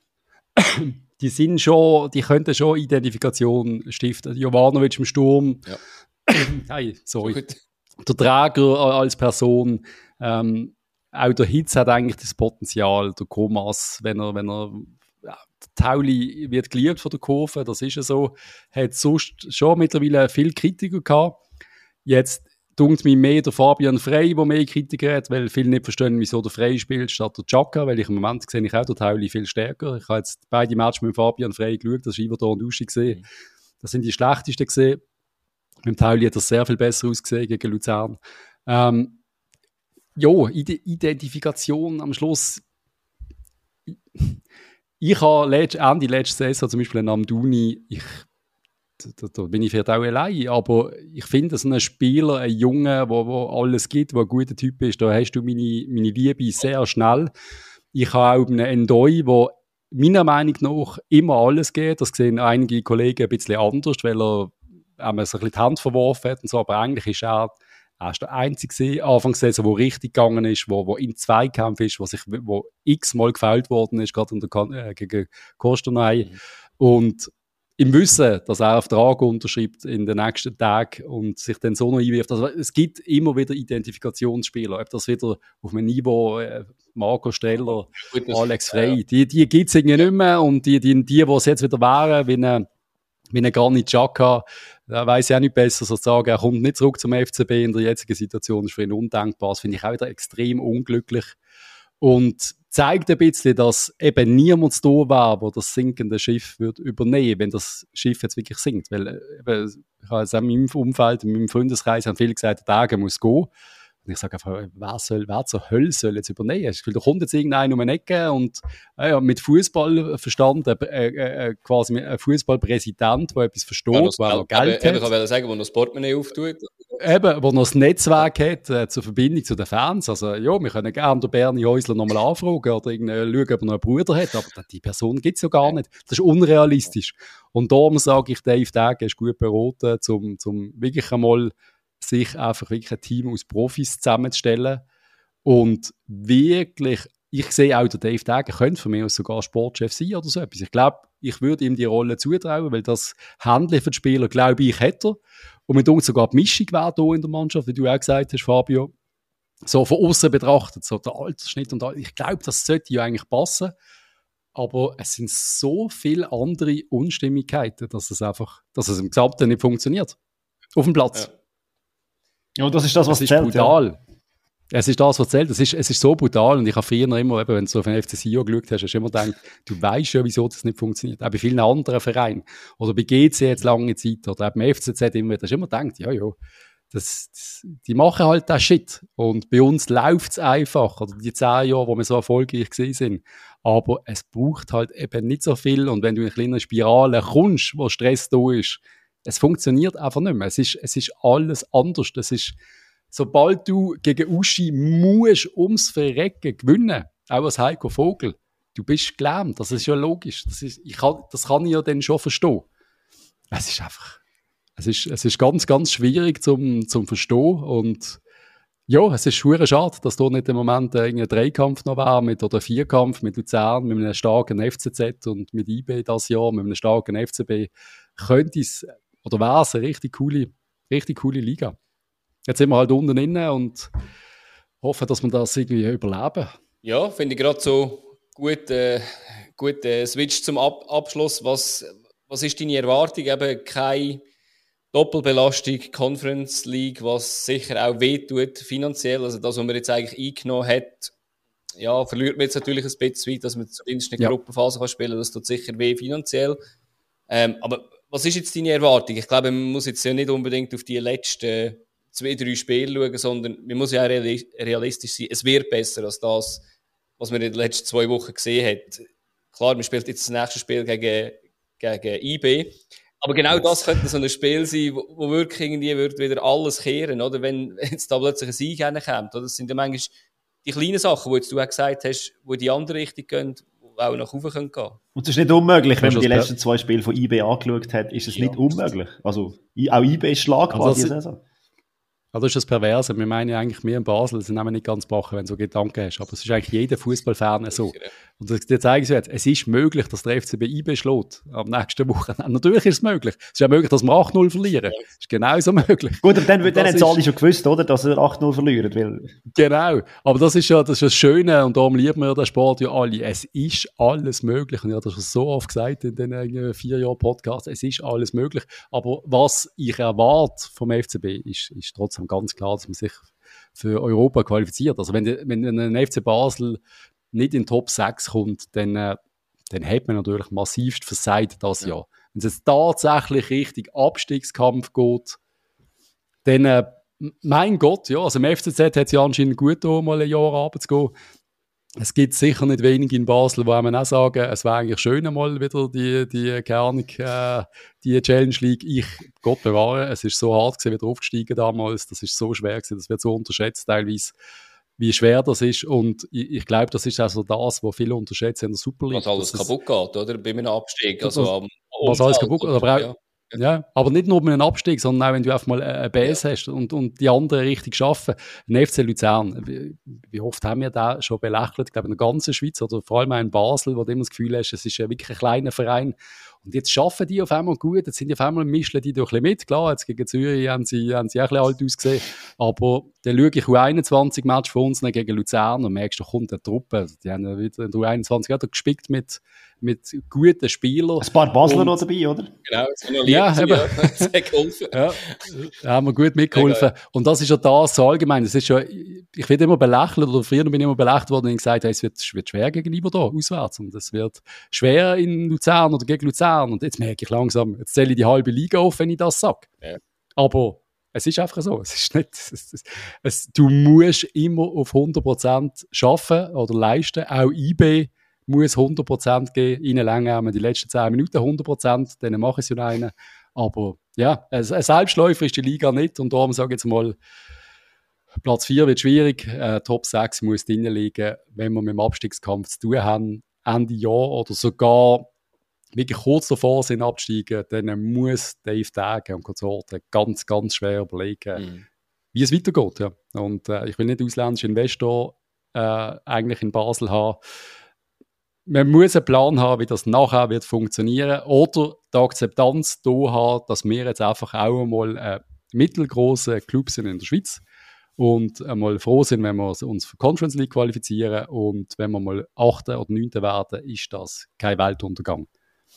die sind schon, die könnten schon Identifikation stiften. Jovanovic im Sturm, Ja. hey, sorry, Gut. der Träger als Person, ähm, auch der Hitz hat eigentlich das Potenzial, der Komas, wenn er, wenn er, ja, der Tauli wird geliebt von der Kurve, das ist ja so, hat sonst schon mittlerweile viel Kritiker gehabt. Jetzt dunkt mich mehr der Fabian Frey, der mehr Kritiker hat, weil viele nicht verstehen, wieso der Frey spielt statt der Chaka, weil ich im Moment sehe ich auch den Tauli viel stärker. Ich habe jetzt beide Matches mit Fabian Frey geschaut, das ist Iverdor und Uschi gesehen. Mhm. Das sind die schlechtesten gesehen. Mit dem Tauli hat das sehr viel besser ausgesehen gegen Luzern. Ähm, ja, Ide- Identifikation am Schluss. Ich, ich habe letzt, Ende letzte Saison zum Beispiel einen Amdouni, ich Da, da bin ich vielleicht auch allein, aber ich finde, so ein Spieler, ein Junge, wo, wo alles gibt, der ein guter Typ ist, da hast du meine, meine Liebe sehr schnell. Ich habe auch einen Endoi, der meiner Meinung nach immer alles geht. Das sehen einige Kollegen ein bisschen anders, weil er ähm, so ein bisschen die Hand verworfen hat und so, aber eigentlich ist er, er ist der Einzige Anfangs der Saison, der richtig gegangen ist, wo, wo im Zweikampf ist, wo sich wo x-mal gefällt worden ist, gerade in der, äh, gegen Kostanay. Mhm. Und im Wissen, dass er einen Vertrag unterschreibt in den nächsten Tagen und sich dann so noch einwirft. Also es gibt immer wieder Identifikationsspieler. Ob das wieder auf einem Niveau äh, Marco Streller, Alex Frey, die, die gibt es irgendwie nicht mehr. Und die, die, die, die es jetzt wieder wären, wie ein wie eine Granit Xhaka, da weiss ich auch nicht besser, als zu sagen, er kommt nicht zurück zum F C B in der jetzigen Situation, das ist für ihn undenkbar. Das finde ich auch wieder extrem unglücklich. Und zeigt ein bisschen, dass eben niemand da war, der das sinkende Schiff wird übernehmen, wenn das Schiff jetzt wirklich sinkt. Weil äh, eben, ich habe jetzt auch in meinem Umfeld, in meinem Freundeskreis, haben viele gesagt, der Tage muss gehen. Und ich sage einfach, wer, soll, wer zur Hölle soll jetzt übernehmen? Ich finde, da kommt jetzt irgendeiner um eine Ecke und äh, ja, mit Fußballverstand, äh, äh, quasi ein Fußballpräsident, der etwas versteht, ja, der noch Geld eben, hat. Ich wollte sagen, der noch das Portemonnaie auftut. Eben, der noch das Netzwerk hat äh, zur Verbindung zu den Fans. Also ja, wir können gerne den Bernie Häusler nochmal anfragen oder schauen, ob er noch einen Bruder hat, aber die Person gibt es ja gar nicht. Das ist unrealistisch. Und darum sage ich, Dave Degen ist gut beraten, um zum wirklich einmal sich einfach wirklich ein Team aus Profis zusammenzustellen und wirklich, ich sehe auch, der Dave Degen könnte von mir aus sogar Sportchef sein oder so etwas. Ich glaube, ich würde ihm die Rolle zutrauen, weil das Handling für die Spieler, glaube ich, hat er. Und mit uns sogar die Mischung wäre hier in der Mannschaft, wie du auch gesagt hast, Fabio, so von außen betrachtet, so der Altersschnitt und all. Ich glaube, das sollte ja eigentlich passen, aber es sind so viele andere Unstimmigkeiten, dass es einfach, dass es im Gesamten nicht funktioniert. Auf dem Platz. Ja. Ja, und das ist das, was es ist zählt, brutal. Ja. Es ist das, was zählt. Es ist, es ist so brutal. Und ich habe früher immer, eben, wenn du so auf den F C Sion geschaut hast, hast du immer gedacht, du weißt ja, wieso das nicht funktioniert. Auch bei vielen anderen Vereinen. Oder bei G C jetzt lange Zeit. Oder auch beim F C Z immer. Da hast du immer gedacht, ja, ja, das, das, die machen halt das Shit. Und bei uns läuft es einfach. Oder die zehn Jahre, wo wir so erfolgreich gewesen sind. Aber es braucht halt eben nicht so viel. Und wenn du in eine kleine Spirale kommst, wo Stress da ist, es funktioniert einfach nicht mehr. Es ist, es ist alles anders. Es ist, sobald du gegen Uschi musst ums Verrecken gewinnen, auch als Heiko Vogel, du bist gelähmt. Das ist ja logisch. Das, ist, ich kann, das kann ich ja dann schon verstehen. Es ist einfach, es ist, es ist ganz, ganz schwierig zum, zum Verstehen. Und ja, es ist schwer schade, dass da nicht im Moment ein Dreikampf noch war, mit, oder ein Vierkampf mit Luzern, mit einem starken F C Z und mit I B das Jahr, mit einem starken F C B, könnte es, oder wäre es eine richtig coole, richtig coole Liga. Jetzt sind wir halt unten drin und hoffen, dass wir das irgendwie überleben. Ja, finde ich gerade so gut, äh, gut äh, Switch zum Ab- Abschluss. Was, was ist deine Erwartung? Eben keine Doppelbelastung, Conference League, was sicher auch wehtut finanziell. Also das, was man jetzt eigentlich eingenommen hat, ja, verliert man jetzt natürlich ein bisschen weit, dass man zumindest eine ja. Gruppenphase kann spielen kann. Das tut sicher weh finanziell. Ähm, aber was ist jetzt deine Erwartung? Ich glaube, man muss jetzt ja nicht unbedingt auf die letzten zwei, drei Spiele schauen, sondern man muss ja auch realistisch sein. Es wird besser als das, was man in den letzten zwei Wochen gesehen hat. Klar, man spielt jetzt das nächste Spiel gegen, gegen I B. Aber genau das könnte so ein Spiel sein, wo, wo wirklich irgendwie wird wieder alles kehren, oder? Wenn jetzt da plötzlich ein Sieg hinkommt, oder? Das sind ja manchmal die kleinen Sachen, die jetzt du auch gesagt hast, die in die andere Richtung gehen, die auch nach oben gehen können. Und es ist nicht unmöglich, wenn man die letzten zwei Spiele von I B angeschaut hat, ist es ja. nicht unmöglich. Also, auch I B ist schlagbar diese Saison. Also das ist das Perverse. Wir meinen ja eigentlich, wir in Basel sind nicht ganz bachen, wenn du so Gedanken hast. Aber es ist eigentlich jeder Fußballfan so. Und dir zeigen sie jetzt, es ist möglich, dass der F C B I B schlägt am nächsten Wochenende. Natürlich ist es möglich. Es ist ja möglich, dass wir acht null verlieren. Das ist genauso möglich. Gut, aber dann, dann haben alle schon gewusst, oder, dass wir acht null verlieren. Weil... Genau. Aber das ist ja das, ist das Schöne und darum lieben wir den Sport ja alle. Es ist alles möglich. Und ich habe das schon so oft gesagt in den vier Jahren Podcast. Es ist alles möglich. Aber was ich erwarte vom F C B ist, ist trotzdem ganz klar, dass man sich für Europa qualifiziert. Also wenn, wenn ein F C Basel nicht in den Top sechs kommt, dann, äh, dann hat man natürlich massivst versagt das ja. Jahr. Wenn es jetzt tatsächlich richtig Abstiegskampf geht, dann, äh, mein Gott, ja, also im F C Z hat es ja anscheinend gut da, mal ein Jahr runterzugehen. Es gibt sicher nicht wenige in Basel, wo man auch sagen, es wäre eigentlich schön, mal wieder die, die, keine Ahnung, äh, die Challenge League. Ich, Gott bewahre, es ist so hart gewesen, wieder aufgestiegen damals, das ist so schwer gewesen, das wird so unterschätzt teilweise, wie schwer das ist. Und ich, ich glaube, das ist also das, was viele unterschätzen in der Super League. Was alles das kaputt geht, oder? Bei einem Abstieg. Also was, am was alles kaputt geht, aber auch, ja. Ja, aber nicht nur mit einem Abstieg, sondern auch, wenn du einfach mal eine Base ja. hast und, und die anderen richtig schaffen. Ein F C Luzern, wie, wie oft haben wir da schon belächelt? Ich glaube, in der ganzen Schweiz oder vor allem auch in Basel, wo du immer das Gefühl hast, es ist ja wirklich ein kleiner Verein. Und jetzt schaffen die auf einmal gut, jetzt sind die auf einmal, mischen die doch ein bisschen mit. Klar, jetzt gegen Zürich haben sie, haben sie auch ein bisschen alt ausgesehen. Aber dann schaue ich U einundzwanzig Match von uns gegen Luzern und merkst, da kommt eine Truppe. Die haben wieder in der U einundzwanzig auch gespickt mit, mit guten Spielern. Ein paar Basler noch dabei, oder? Genau, das noch ja, eben. Ja, das hat geholfen. Ja, da haben wir gut mitgeholfen. Ja, und das ist ja das so allgemein. Das ist ja, ich werde immer belächelt, oder früher bin ich immer belächelt worden und gesagt, hey, es wird, wird schwer gegenüber da, auswärts. Und es wird schwer in Luzern oder gegen Luzern. Und jetzt merke ich langsam, jetzt zähle ich die halbe Liga auf, wenn ich das sage. Ja. Aber es ist einfach so. Es ist nicht, es, es, es, du musst immer auf hundert Prozent arbeiten oder leisten. Auch I B muss hundert Prozent geben. Ihnen länger haben wir die letzten zehn Minuten hundert Prozent, dann mache ich es ja einen. Aber ja, ein, ein Selbstläufer ist die Liga nicht. Und darum sage ich jetzt mal, Platz vier wird schwierig. Äh, Top sechs muss drinnen liegen, wenn wir mit dem Abstiegskampf zu tun haben. Ende Jahr oder sogar wirklich kurz davor sind absteigen, dann muss Dave Degen und Konsorten ganz, ganz schwer überlegen, mhm. wie es weitergeht. Ja. Und äh, ich will nicht ausländische Investor äh, eigentlich in Basel haben. Man muss einen Plan haben, wie das nachher wird funktionieren oder die Akzeptanz da haben, dass wir jetzt einfach auch einmal äh, mittelgroße Clubs sind in der Schweiz und einmal froh sind, wenn wir uns für Conference League qualifizieren und wenn wir mal achter oder neunter werden, ist das kein Weltuntergang.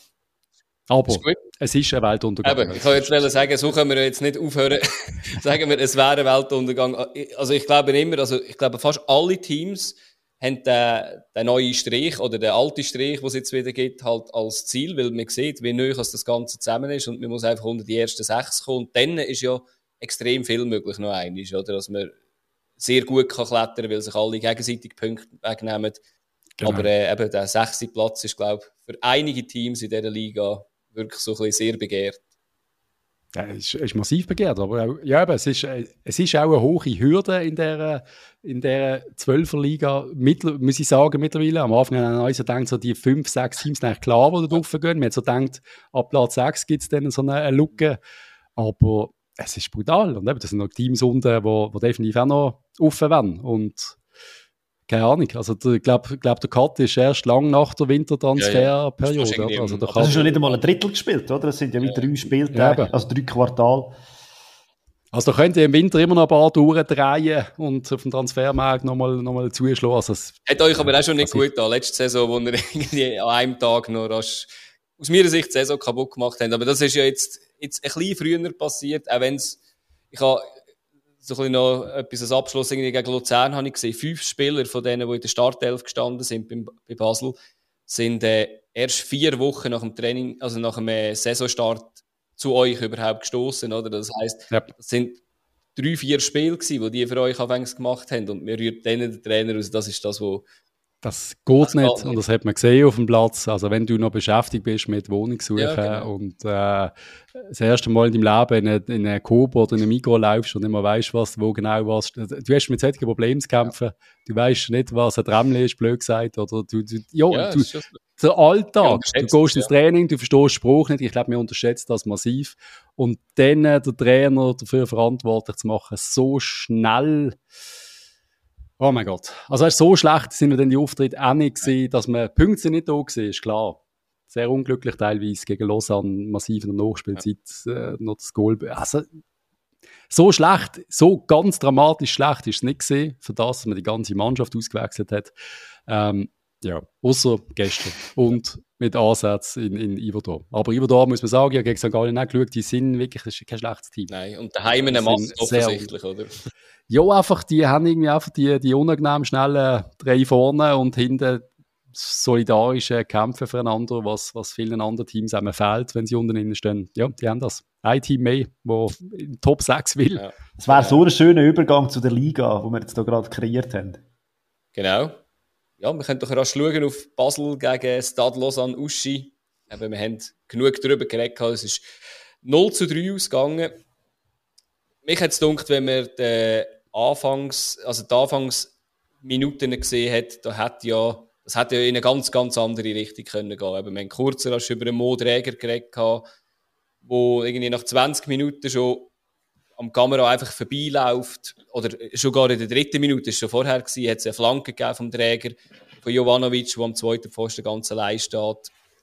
Aber ist es ist ein Weltuntergang. Eben, ich kann jetzt sagen, so können wir jetzt nicht aufhören, sagen wir, es wäre ein Weltuntergang. Also ich glaube immer, also ich glaube fast alle Teams haben den, den neuen Strich oder den alten Strich, den es jetzt wieder gibt, halt als Ziel, weil man sieht, wie neu das Ganze zusammen ist und man muss einfach unter die ersten sechs kommen. Und dann ist ja extrem viel möglich noch einmal, oder? Dass man sehr gut kann klettern, weil sich alle gegenseitig Punkte wegnehmen. Genau. Aber äh, eben der sechste Platz ist, glaube ich, für einige Teams in dieser Liga wirklich so ein bisschen sehr begehrt. Ja, es ist, ist massiv begehrt, aber auch, ja, aber es, ist, es ist auch eine hohe Hürde in dieser in der Zwölferliga, muss ich sagen, mittlerweile. Am Anfang haben wir also gedacht, so die fünf, sechs Teams sind eigentlich klar, die da drauf gehen. Man hat so gedacht, ab Platz sechs gibt es dann so eine, eine Lücke. Aber es ist brutal. Und eben, das sind noch Teams unten, die definitiv auch noch offen werden. Und keine Ahnung. Also, ich glaube, glaub, der Cut ist erst lang nach der Wintertransferperiode. Ja, ja. Also, das ist schon nicht einmal ein Drittel gespielt, oder? Das sind ja wie drei Spieltage, ja, also drei Quartal. Also, da könnt ihr im Winter immer noch ein paar Touren drehen und auf dem Transfermarkt nochmal noch mal zuschlagen. Also, hat euch aber auch schon nicht gut getan. Letzte Saison, wo ihr irgendwie an einem Tag noch rasch, aus meiner Sicht die Saison kaputt gemacht habt. Aber das ist ja jetzt, jetzt ein bisschen früher passiert, auch wenn es, ich habe so ein bisschen noch etwas als Abschluss irgendwie gegen Luzern habe ich gesehen. Fünf Spieler von denen, die in der Startelf gestanden sind bei, bei Basel, sind äh, erst vier Wochen nach dem Training, also nach dem äh, Saisonstart zu euch überhaupt gestoßen, oder? Das heisst, ja. Das sind drei, vier Spiele gewesen, die die für euch anfangs gemacht haben und mir rührt denen der Trainer aus, das ist das, wo das geht das nicht und das hat man gesehen auf dem Platz. Also wenn du noch beschäftigt bist mit Wohnungssuchen ja, genau. und äh, das erste Mal in deinem Leben in eine, in eine Coop oder in einem Migros läufst und nicht mehr weißt, was, wo genau was. Du hast mit solchen Problemen zu kämpfen. Ja. Du weißt nicht, was ein Trämmchen ist, blöd gesagt. Oder du, du, ja, ja du, der Alltag. Du gehst ins Training, du verstehst den Spruch nicht. Ich glaube, wir unterschätzen das massiv. Und dann äh, der Trainer dafür verantwortlich zu machen, so schnell. Oh mein Gott. Also weißt, so schlecht sind dann die Auftritte auch nicht gewesen, dass man Punkte sind nicht da gewesen, ist klar. Sehr unglücklich teilweise gegen Lausanne, massiv in der Nachspielzeit äh, noch das Goal. Also so schlecht, so ganz dramatisch schlecht ist es nicht gewesen, für das, dass man die ganze Mannschaft ausgewechselt hat. Ähm, ja, außer gestern. Und mit Ansatz in, in Iverdor. Aber Iverdor muss man sagen, ja, gegen Sankt Gallen auch geschaut, die sind wirklich, das ist kein schlechtes Team. Nein, und daheim eine Masse offensichtlich, oder? Ja, einfach, die haben irgendwie einfach die, die unangenehm schnellen drei vorne und hinten solidarische Kämpfe füreinander, was, was vielen anderen Teams einem fehlt, wenn sie unten innen stehen. Ja, die haben das. Ein Team mehr, das in Top sechs will. Ja. Das wäre so ein schöner Übergang zu der Liga, die wir jetzt hier gerade kreiert haben. Genau. Ja, wir können doch rasch schauen auf Basel gegen Stade Lausanne Uschi. Eben, wir haben genug darüber geredet. Es ist null zu drei ausgegangen. Mich hat es gedacht, wenn man den Anfangs, also die Anfangsminuten gesehen hat, da hat ja, das hätte ja in eine ganz, ganz andere Richtung können gehen. Eben, wir haben kurz rasch über einen Mo Dräger geredet, wo irgendwie nach zwanzig Minuten schon am Kamera einfach vorbeiläuft, oder schon gar in der dritten Minute, das war schon vorher, gewesen, hat es eine Flanke gegeben vom Träger, von Jovanovic, der am zweiten Pfosten ganz allein steht.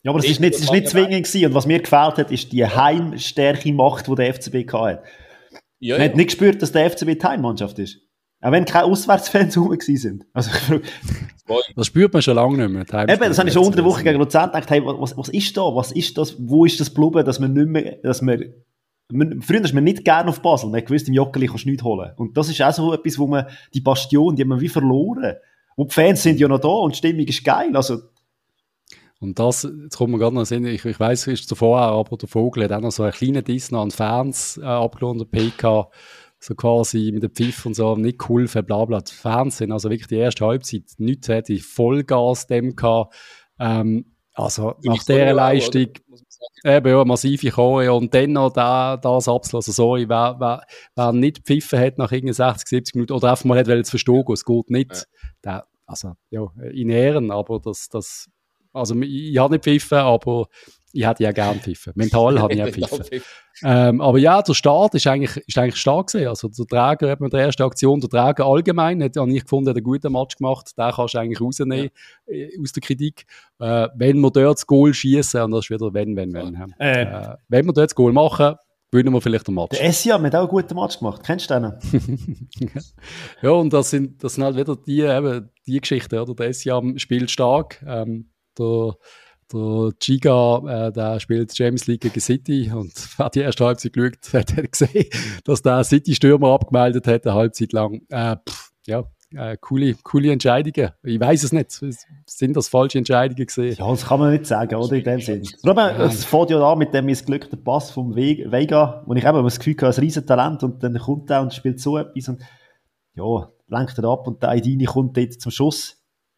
Ja, aber es ist nicht, es ist nicht zwingend gewesen. Und was mir gefällt hat, ist die heimstärke Macht, die der F C B hatte. Ja, Man ja. hat nicht gespürt, dass der F C B die Heimmannschaft ist. Auch wenn keine Auswärtsfans rum waren. Also, das spürt man schon lange nicht mehr. Eben, das habe ich schon unter der Woche gegen Luzern gedacht, hey, was, was ist da? Was ist das? Wo ist das geblieben, dass man nicht mehr, dass man, man früher ist man nicht gerne auf Basel. Man hat gewusst, im Joggeli kannst du nichts holen. Und das ist auch so etwas, wo man, die Bastion, die haben wir wie verloren. Und die Fans sind ja noch da und die Stimmung ist geil. Also, und das, jetzt kommt mir gerade noch in den Sinn, ich, ich weiss, es ist zuvor auch, aber der Vogel hat auch noch so einen kleinen Diss noch an die Fans äh, abgelohnt, der P K, so quasi mit dem Pfiff und so, nicht geholfen, bla bla. Die Fans sind also wirklich die erste Halbzeit, nichts hätte Vollgas dem gehabt. Ähm, also nach dieser Leistung, eben ja, massive Choreo und dann noch da, das Abschluss. Also sorry, wer, wer, wer nicht gepfiffen hat nach irgendwie sechzig, siebzig Minuten oder einfach mal hat es verstehen, es geht nicht, ja. Der, also ja, in Ehren, aber das, das also ich, ich habe nicht gepfiffen, aber ich hätte ja gerne gepfiffen. Mental habe ich auch gepfiffen. ähm, aber ja, der Start ist eigentlich, ist eigentlich stark gewesen. Also der Träger hat mit der ersten Aktion, der Träger allgemein, hat ich gefunden, hat einen guten Match gemacht. Den kannst du eigentlich rausnehmen ja. aus der Kritik. Äh, wenn wir dort das Goal schießen, und das ist wieder wenn, wenn, wenn. Ja. Äh. Äh, wenn wir dort das Goal machen, gewinnen wir vielleicht den Match. Der Essiam hat auch einen guten Match gemacht. Kennst du den? Ja, und das sind, das sind halt wieder die, eben, die Geschichten, oder? Der Essiam spielt stark. Ähm, Der, der Giga, äh, der spielt Champions League gegen City und wer die erste Halbzeit geschaut hat, hat gesehen, dass der City-Stürmer abgemeldet hat, eine Halbzeit lang. Äh, pff, ja, äh, coole, coole Entscheidungen. Ich weiss es nicht. Sind das falsche Entscheidungen gewesen? Ja, das kann man nicht sagen, oder? In dem Sinn. Es fängt ja an mit dem missglückten Pass vom Vega, wo ich eben das Gefühl habe, ein Riesentalent und dann kommt er und spielt so etwas und ja, lenkt er ab und der Aidini kommt dort zum Schuss.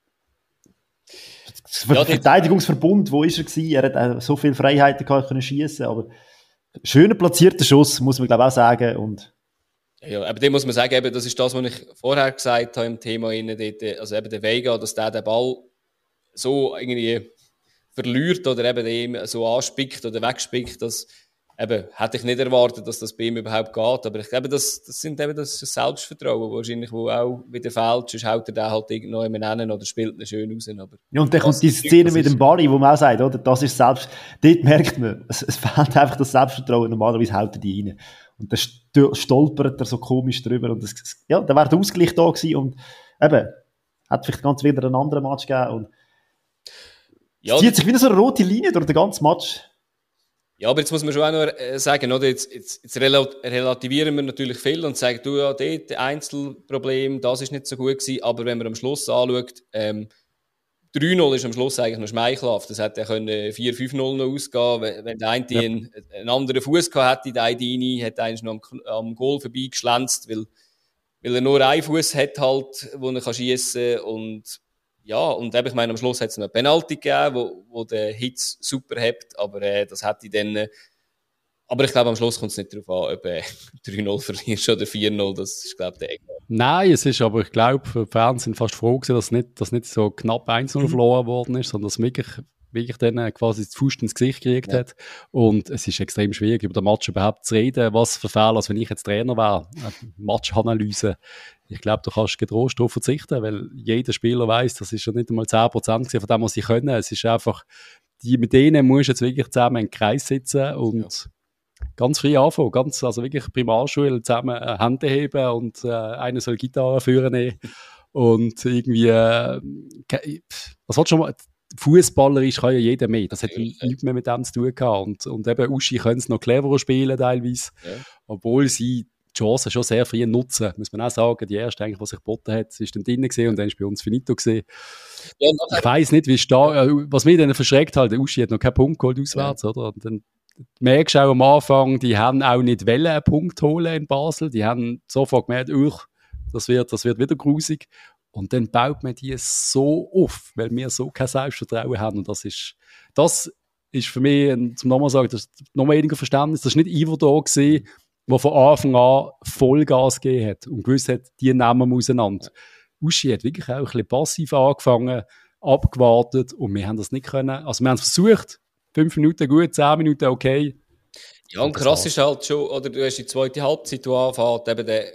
Der ja, Verteidigungsverbund, wo ist er gewesen? Er hat auch so viele Freiheiten gehabt, können schiessen, aber schöner platzierter Schuss, muss man glaube ich auch sagen. Und ja, aber dem muss man sagen, eben, das ist das, was ich vorher gesagt habe im Thema, dort, also eben der Vega, dass der den Ball so irgendwie verliert oder eben dem so anspickt oder wegspickt, dass eben, hätte ich nicht erwartet, dass das bei ihm überhaupt geht, aber ich glaube, das, das sind eben das Selbstvertrauen wahrscheinlich, wo auch wieder fehlt, sonst haut er den halt irgendwo nennen oder spielt ihn schön raus. Aber ja, und dann kommt die Szene mit dem Barry, wo man auch sagt, oder, das ist selbst, dort merkt man, es, es fehlt einfach das Selbstvertrauen, normalerweise haut er die rein. Und dann stolpert er so komisch drüber und das, ja, dann wäre der Ausgleich da gewesen und eben, hat vielleicht ganz wieder einen anderen Match gegeben und ja, es zieht sich wieder so eine rote Linie durch den ganzen Match. Ja, aber jetzt muss man schon auch noch äh, sagen, oder? Jetzt, jetzt, jetzt relativieren wir natürlich viel und sagen, du ja, dort Einzelproblem, das ist nicht so gut gewesen, aber wenn man am Schluss anschaut, ähm, drei null ist am Schluss eigentlich noch schmeichelhaft. Das hätte ja vier fünf null noch ausgehen, wenn, wenn der eine ja. einen, einen anderen Fuß gehabt hätte, der Aidini, hätte eigentlich noch am, am Goal vorbeigeschlänzt, weil, weil er nur einen Fuß hat halt, wo er schiessen kann und ja, und eben, ich meine, am Schluss hat es noch eine Penalty gegeben, wo, wo der Hitz super hebt, aber äh, das hätte dann... Äh, aber ich glaube, am Schluss kommt es nicht darauf an, ob äh, drei null verlierst oder vier null, das ist, glaube ich, der egal. Nein, es ist aber, ich glaube, die Fans sind fast froh gewesen, dass nicht, dass nicht so knapp eins null mhm. verloren worden ist, sondern dass wirklich, wirklich dann quasi das Fuß ins Gesicht gekriegt ja. hat. Und es ist extrem schwierig, über den Match überhaupt zu reden, was für Fehler, als wenn ich jetzt Trainer wäre. Matchanalyse. Ich glaube, du kannst getrost darauf verzichten, weil jeder Spieler weiss, das ist ja nicht einmal zehn Prozent von dem, was sie können. Es ist einfach, die, mit denen musst du jetzt wirklich zusammen im Kreis sitzen und ja. ganz frei anfangen. Ganz, also wirklich Primarschule zusammen äh, Hände heben und äh, einer soll Gitarre führen nehmen. Und irgendwie, äh, was hat schon mal, fußballerisch kann ja jeder mehr. Das hat nichts mehr mit dem zu tun gehabt. Und, und eben Uschi können es noch cleverer spielen teilweise, ja. obwohl sie die Chance schon sehr früh nutzen, muss man auch sagen. Die erste, eigentlich, die sich geboten hat, ist dann drinnen gesehen und dann ist bei uns finito gesehen. Ja, ich weiss nicht, wie stark, was mich dann verschreckt hat, der Uschi hat noch keinen Punkt geholt auswärts, ja. oder? Und dann merkst du auch am Anfang, die haben auch nicht wollen einen Punkt holen in Basel, die haben sofort gemerkt, uch, das wird, das wird wieder grusig. Und dann baut man die so auf, weil wir so kein Selbstvertrauen haben. Und das ist, das ist für mich, zum nochmal sagen, das ist noch weniger Verständnis, das war nicht Ivo da gewesen, der von Anfang an Vollgas gegeben hat und gewusst hat, die nehmen wir auseinander. Uschi hat wirklich auch ein bisschen passiv angefangen, abgewartet und wir haben das nicht können. Also wir haben es versucht, fünf Minuten gut, zehn Minuten okay. Ja, und krass ist halt schon, oder du hast die zweite Halbzeit, die anfängt, eben der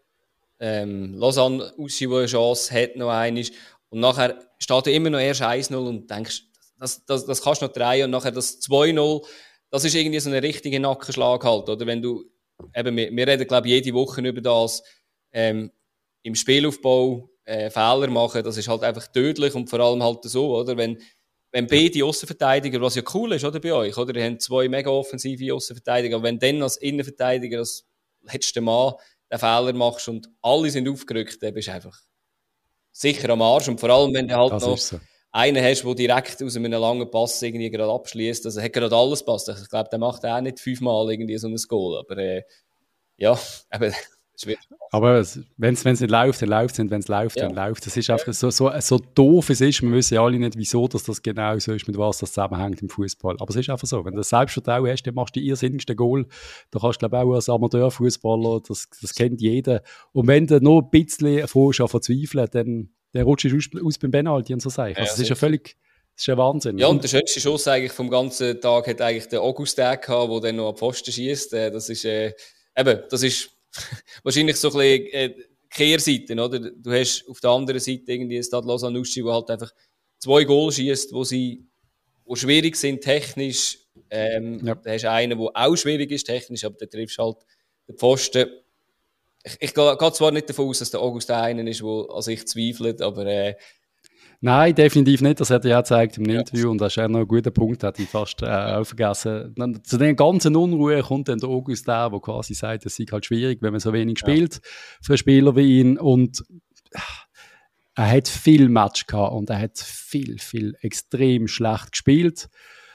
ähm, Lausanne Uschi, der eine Chance hat, noch einmal. Und nachher steht er immer noch erst eins null und denkst, das, das, das kannst du noch drehen und nachher das zwei null, das ist irgendwie so ein richtiger Nackenschlag halt, oder? Wenn du, eben, wir, wir reden, glaube ich, jede Woche über das, ähm, im Spielaufbau äh, Fehler machen, das ist halt einfach tödlich und vor allem halt so, oder? Wenn, wenn beide Aussenverteidiger, was ja cool ist, oder, bei euch, oder? Ihr habt zwei mega offensive Aussenverteidiger, aber wenn dann als Innenverteidiger, als letzter Mann, den Fehler machst und alle sind aufgerückt, dann bist du einfach sicher am Arsch. Und vor allem, wenn du halt Das noch ist so. einen hast, der direkt aus einem langen Pass irgendwie gerade abschließt, also hat gerade alles passt. Ich glaube, der macht auch nicht fünfmal irgendwie so ein Goal, aber äh, ja, eben, es wird. Aber wenn es nicht läuft, dann läuft es nicht. Wenn es läuft, Ja. dann läuft es. Es ist einfach so, so, so doof es ist. Wir wissen ja alle nicht, wieso dass das genau so ist, mit was das zusammenhängt im Fußball. Aber es ist einfach so. Wenn du das Selbstvertrauen hast, dann machst du die irrsinnigsten Goal. Da kannst du, glaube ich, auch als Amateurfußballer, das, das kennt jeder. Und wenn du noch ein bisschen fährst an verzweifeln, dann, dann rutschst du aus, aus beim Penalty und so Sachen. Also Ja, es ist ja sicher. völlig, es ist ja Wahnsinn. Ja, und der schönste Schuss eigentlich vom ganzen Tag hat eigentlich der August gehabt, der dann noch am Pfosten schießt. Das ist, äh, eben, das ist wahrscheinlich so ein bisschen, äh, Kehrseiten, oder? Du hast auf der anderen Seite irgendwie Stade Lausanne-Uschi, der halt einfach zwei Goal schießt, wo sie, wo schwierig sind technisch. Ähm, Ja. Da hast du einen, der auch schwierig ist technisch, aber der triffst halt den Pfosten. Ich, ich gehe gehe zwar nicht davon aus, dass der August der eine ist, der an sich zweifelt, aber äh, Nein, definitiv nicht. Das hat er ja gezeigt im Interview. Und das ist auch noch ein guter Punkt, hat ich fast äh, auch vergessen. Dann, zu den ganzen Unruhe kommt dann der August der, der quasi sagt, es sei halt schwierig, wenn man so wenig spielt für einen Spieler wie ihn. Und äh, er hat viel Match gehabt und er hat viel, viel extrem schlecht gespielt.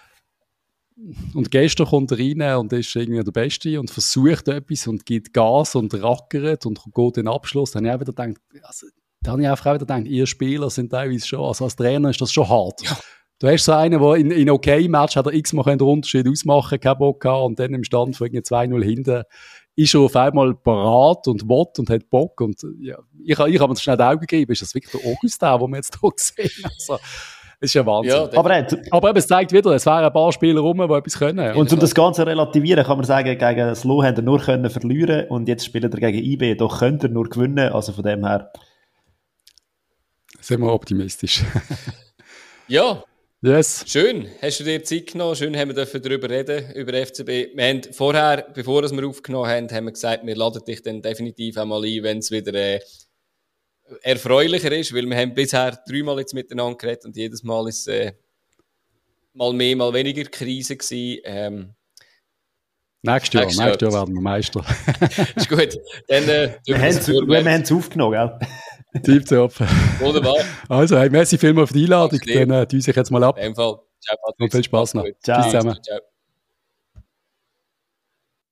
Und gestern kommt er rein und ist irgendwie der Beste und versucht etwas und gibt Gas und rackert und geht den Abschluss. Dann habe ich auch wieder gedacht, also, da habe ich einfach auch wieder gedacht, ihr Spieler sind teilweise schon, also als Trainer ist das schon hart. Ja. Du hast so einen, der in, in okay Match hat er x-mal den Unterschied ausmachen, keinen Bock gehabt und dann im Stand von zwei null hinten ist er auf einmal parat und will und hat Bock und ja, ich, ich habe mir das schnell die Augen gegeben, ist das wirklich der August, den wir jetzt hier sehen? Also, das ist ja Wahnsinn. ja, Aber, er hat, Aber eben, es zeigt wieder, es wären ein paar Spieler rum, die etwas können. und um das Ganze zu relativieren, kann man sagen, gegen Slow hat er nur können verlieren und jetzt spielt er gegen I B, doch könnte er nur gewinnen, also von dem her. Sind wir optimistisch. ja. Yes. Schön, hast du dir Zeit genommen? Schön, haben wir dürfen darüber reden, über F C B. Wir haben vorher, bevor wir aufgenommen haben, haben wir gesagt, wir laden dich dann definitiv einmal ein, wenn es wieder äh, erfreulicher ist, weil wir haben bisher dreimal jetzt miteinander geredet und jedes Mal ist äh, mal mehr, mal weniger Krise gewesen. Ähm, Nächstes Jahr, nächstes nächstes Jahr. Jahr werden wir Meister. ist gut. Dann, äh, Wir haben es aufgenommen, gell? Tipptopp. Wunderbar. Also, hey, merci vielmals für die Einladung. Danke dir. Dann äh, tue ich jetzt mal ab. In dem Fall. Ciao, Patrick. Und viel Spaß noch. Gut. Ciao. Tschüss zusammen. Ciao.